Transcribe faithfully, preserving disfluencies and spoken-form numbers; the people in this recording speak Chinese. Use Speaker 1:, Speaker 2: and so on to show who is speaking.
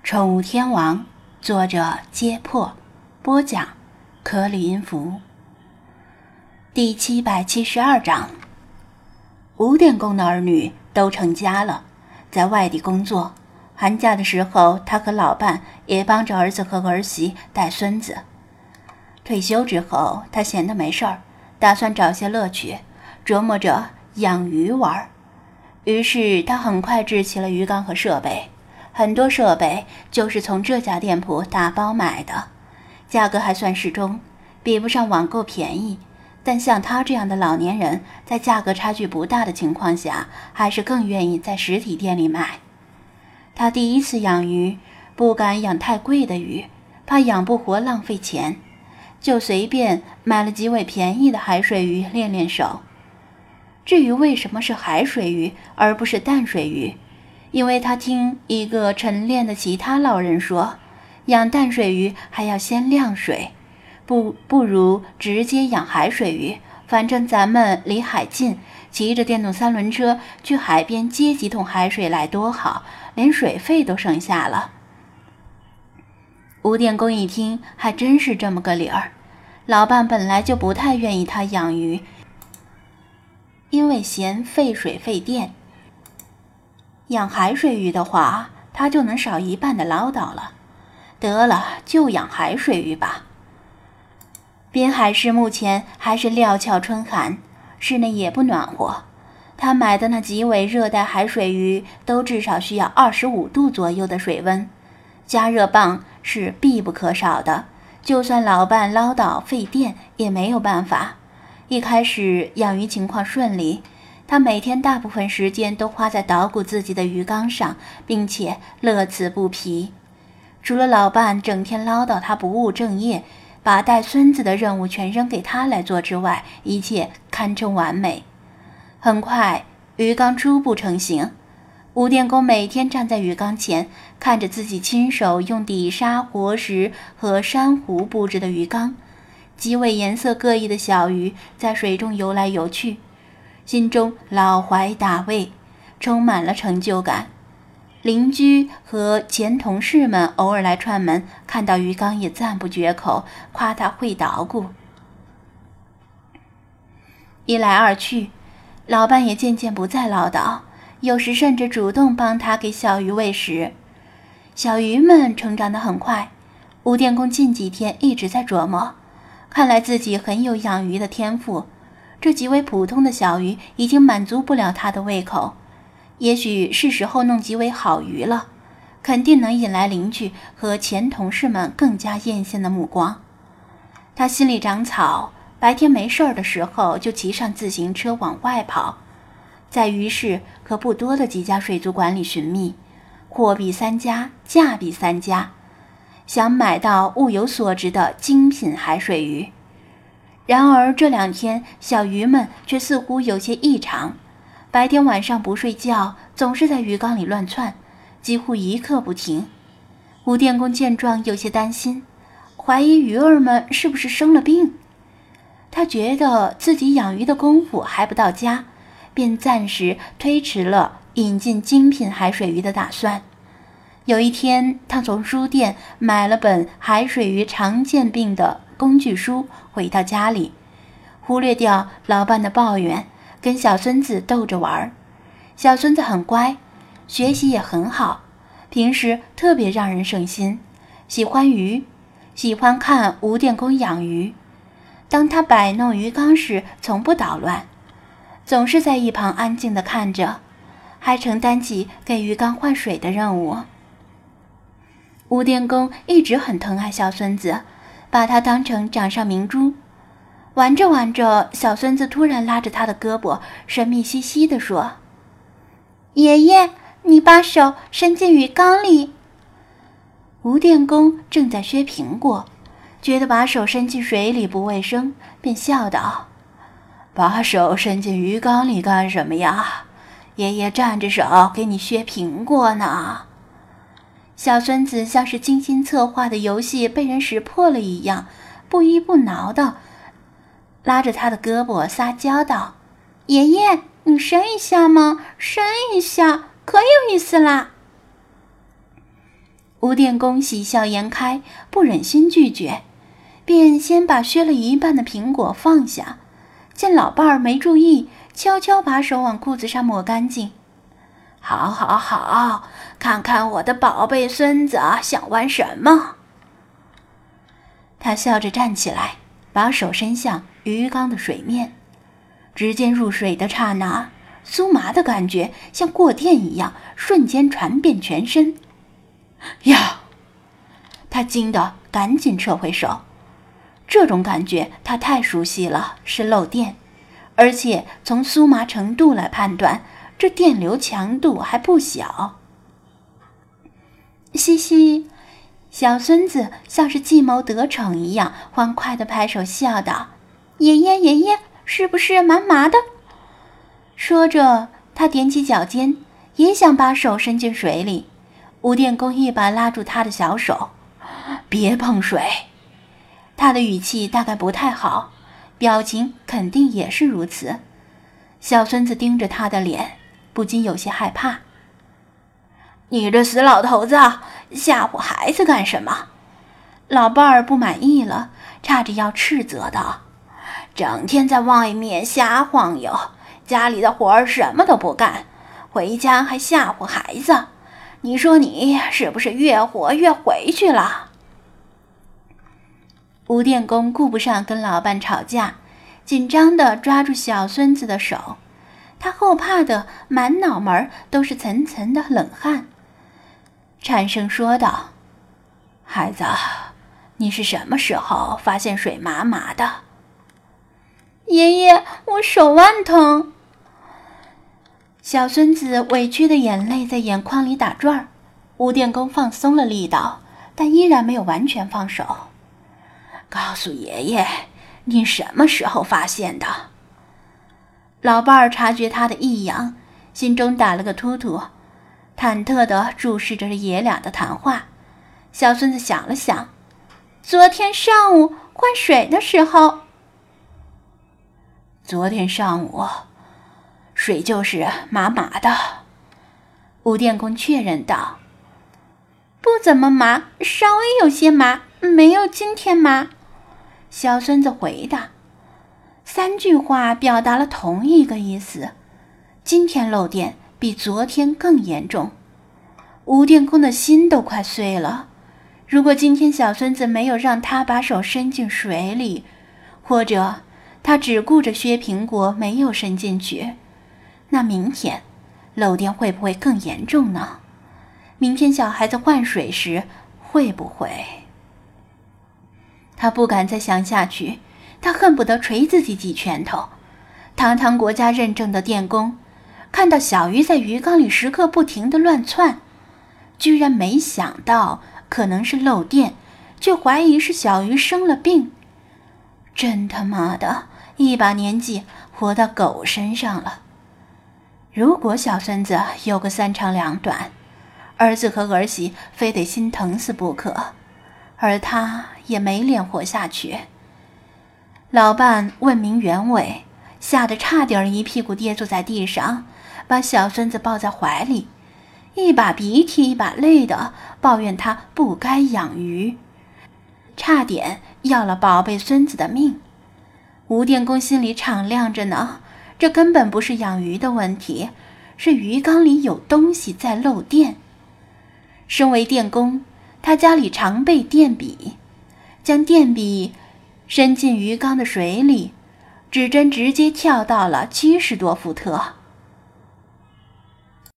Speaker 1: 宠物天王，作者揭破，播讲克里音符。第七百七十二章。吴电工的儿女都成家了，在外地工作。寒假的时候，他和老伴也帮着儿子和儿媳带孙子。退休之后，他闲得没事儿，打算找些乐趣，琢磨着养鱼玩。于是他很快置齐了鱼缸和设备。很多设备就是从这家店铺打包买的，价格还算适中，比不上网购便宜，但像他这样的老年人，在价格差距不大的情况下，还是更愿意在实体店里买。他第一次养鱼，不敢养太贵的鱼，怕养不活浪费钱，就随便买了几尾便宜的海水鱼练练手。至于为什么是海水鱼而不是淡水鱼，因为他听一个晨练的其他老人说，养淡水鱼还要先晾水，不不如直接养海水鱼，反正咱们离海近，骑着电动三轮车去海边接几桶海水来多好，连水费都省下了。吴电工一听还真是这么个理儿，老伴本来就不太愿意他养鱼，因为嫌费水费电。养海水鱼的话，他就能少一半的唠叨了。得了，就养海水鱼吧。滨海市目前还是料峭春寒，室内也不暖和。他买的那几尾热带海水鱼都至少需要二十五度左右的水温，加热棒是必不可少的。就算老伴唠叨费电，也没有办法。一开始养鱼情况顺利，他每天大部分时间都花在捣鼓自己的鱼缸上，并且乐此不疲。除了老伴整天唠叨他不务正业，把带孙子的任务全扔给他来做之外，一切堪称完美。很快，鱼缸初步成型。吴电工每天站在鱼缸前，看着自己亲手用底沙、活石和珊瑚布置的鱼缸，几尾颜色各异的小鱼在水中游来游去，心中老怀大慰，充满了成就感。邻居和前同事们偶尔来串门，看到鱼缸也赞不绝口，夸他会捣鼓。一来二去，老伴也渐渐不再唠叨，有时甚至主动帮他给小鱼喂食。小鱼们成长得很快，吴电工近几天一直在琢磨，看来自己很有养鱼的天赋。这几尾普通的小鱼已经满足不了他的胃口，也许是时候弄几尾好鱼了，肯定能引来邻居和前同事们更加艳羡的目光。他心里长草，白天没事儿的时候就骑上自行车往外跑，在鱼市和不多的几家水族馆里寻觅，货比三家，价比三家，想买到物有所值的精品海水鱼。然而这两天小鱼们却似乎有些异常，白天晚上不睡觉，总是在鱼缸里乱窜，几乎一刻不停。吴电工见状有些担心，怀疑鱼儿们是不是生了病。他觉得自己养鱼的功夫还不到家，便暂时推迟了引进精品海水鱼的打算。有一天，他从书店买了本海水鱼常见病的工具书，回到家里，忽略掉老伴的抱怨，跟小孙子逗着玩。小孙子很乖，学习也很好，平时特别让人省心，喜欢鱼，喜欢看吴电工养鱼。当他摆弄鱼缸时，从不捣乱，总是在一旁安静地看着，还承担起给鱼缸换水的任务。吴电工一直很疼爱小孙子，把他当成掌上明珠。玩着玩着，小孙子突然拉着他的胳膊，神秘兮兮地说：“爷爷，你把手伸进鱼缸里。”吴电工正在削苹果，觉得把手伸进水里不卫生，便笑道：“把手伸进鱼缸里干什么呀？爷爷站着手给你削苹果呢。”小孙子像是精心策划的游戏被人识破了一样，不依不挠的拉着他的胳膊撒娇道：“爷爷，你伸一下嘛，伸一下，可有意思啦。” 吴电工喜笑颜开，不忍心拒绝，便先把削了一半的苹果放下，见老伴儿没注意，悄悄把手往裤子上抹干净。好好好，看看我的宝贝孙子想玩什么。他笑着站起来，把手伸向鱼缸的水面，只见入水的刹那，酥麻的感觉像过电一样瞬间传遍全身。呀！他惊得赶紧撤回手，这种感觉他太熟悉了，是漏电，而且从酥麻程度来判断，这电流强度还不小。嘻嘻，小孙子像是计谋得逞一样，欢快地拍手笑道：“爷爷爷爷，是不是麻麻的？”说着，他踮起脚尖，也想把手伸进水里。吴电工一把拉住他的小手：“别碰水。”他的语气大概不太好，表情肯定也是如此。小孙子盯着他的脸，不禁有些害怕。“你这死老头子，吓唬孩子干什么？”老伴儿不满意了，叉着腰斥责道：“整天在外面瞎晃悠，家里的活儿什么都不干，回家还吓唬孩子，你说你是不是越活越回去了？”吴电工顾不上跟老伴吵架，紧张地抓住小孙子的手，他后怕的满脑门都是层层的冷汗，颤声说道：“孩子，你是什么时候发现水麻麻的？”“爷爷，我手腕疼。”小孙子委屈的眼泪在眼眶里打转儿。吴电工放松了力道，但依然没有完全放手。“告诉爷爷，你什么时候发现的？”老伴儿察觉他的异样，心中打了个突突，忐忑地注视着爷俩的谈话。小孙子想了想：“昨天上午换水的时候。”“昨天上午水就是麻麻的。”吴电工确认道。“不怎么麻，稍微有些麻，没有今天麻。”小孙子回答。三句话表达了同一个意思，今天漏电比昨天更严重。吴电工的心都快碎了，如果今天小孙子没有让他把手伸进水里，或者他只顾着削苹果没有伸进去，那明天漏电会不会更严重呢？明天小孩子换水时会不会……他不敢再想下去，他恨不得捶自己几拳头。堂堂国家认证的电工，看到小鱼在鱼缸里时刻不停地乱窜，居然没想到可能是漏电，却怀疑是小鱼生了病。真他妈的，一把年纪活到狗身上了。如果小孙子有个三长两短，儿子和儿媳非得心疼死不可，而他也没脸活下去。老伴问明原委，吓得差点一屁股跌坐在地上，把小孙子抱在怀里，一把鼻涕一把泪的抱怨他不该养鱼，差点要了宝贝孙子的命。吴电工心里敞亮着呢，这根本不是养鱼的问题，是鱼缸里有东西在漏电。身为电工，他家里常备电笔，将电笔伸进鱼缸的水里，指针直接跳到了七十多伏特。